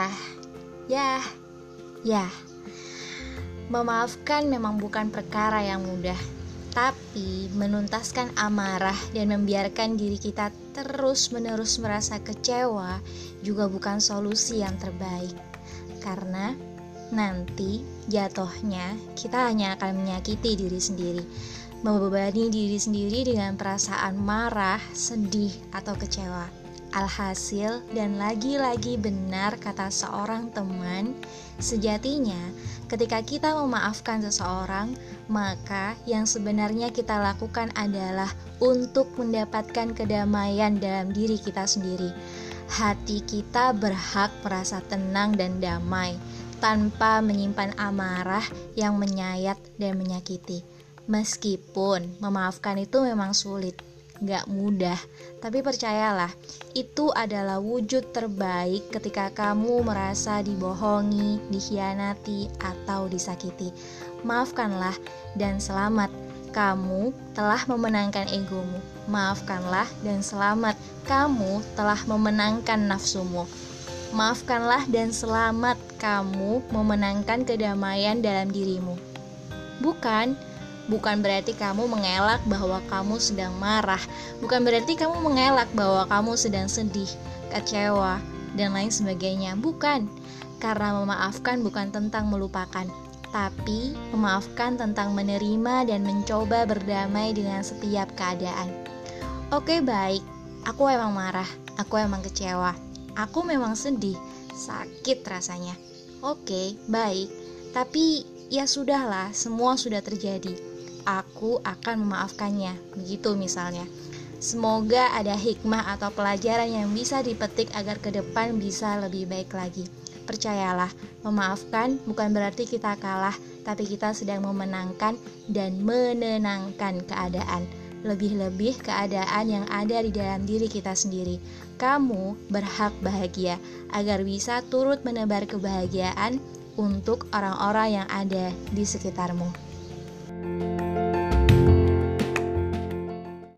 Ya, ya. Memaafkan memang bukan perkara yang mudah, tapi menuntaskan amarah dan membiarkan diri kita terus-menerus merasa kecewa juga bukan solusi yang terbaik. Karena nanti jatuhnya kita hanya akan menyakiti diri sendiri, membebani diri sendiri dengan perasaan marah, sedih, atau kecewa. Alhasil, dan lagi-lagi benar kata seorang teman, sejatinya ketika kita memaafkan seseorang, maka yang sebenarnya kita lakukan adalah untuk mendapatkan kedamaian dalam diri kita sendiri. Hati kita berhak merasa tenang dan damai, tanpa menyimpan amarah yang menyayat dan menyakiti. Meskipun memaafkan itu memang sulit, gak mudah, tapi percayalah, itu adalah wujud terbaik ketika kamu merasa dibohongi, dikhianati, atau disakiti. Maafkanlah dan selamat, kamu telah memenangkan egomu. Maafkanlah dan selamat, kamu telah memenangkan nafsumu. Maafkanlah dan selamat, kamu memenangkan kedamaian dalam dirimu. Bukan berarti kamu mengelak bahwa kamu sedang marah. Bukan berarti kamu mengelak bahwa kamu sedang sedih, kecewa, dan lain sebagainya. Bukan. Karena memaafkan bukan tentang melupakan, tapi memaafkan tentang menerima dan mencoba berdamai dengan setiap keadaan. Oke, baik. Aku emang marah. Aku emang kecewa. Aku memang sedih. Sakit rasanya. Oke, baik. Tapi ya sudahlah, semua sudah terjadi. Aku akan memaafkannya, begitu misalnya. Semoga ada hikmah atau pelajaran yang bisa dipetik agar ke depan bisa lebih baik lagi. Percayalah, memaafkan bukan berarti kita kalah, tapi kita sedang memenangkan dan menenangkan keadaan. Lebih-lebih keadaan yang ada di dalam diri kita sendiri. Kamu berhak bahagia agar bisa turut menebar kebahagiaan untuk orang-orang yang ada di sekitarmu.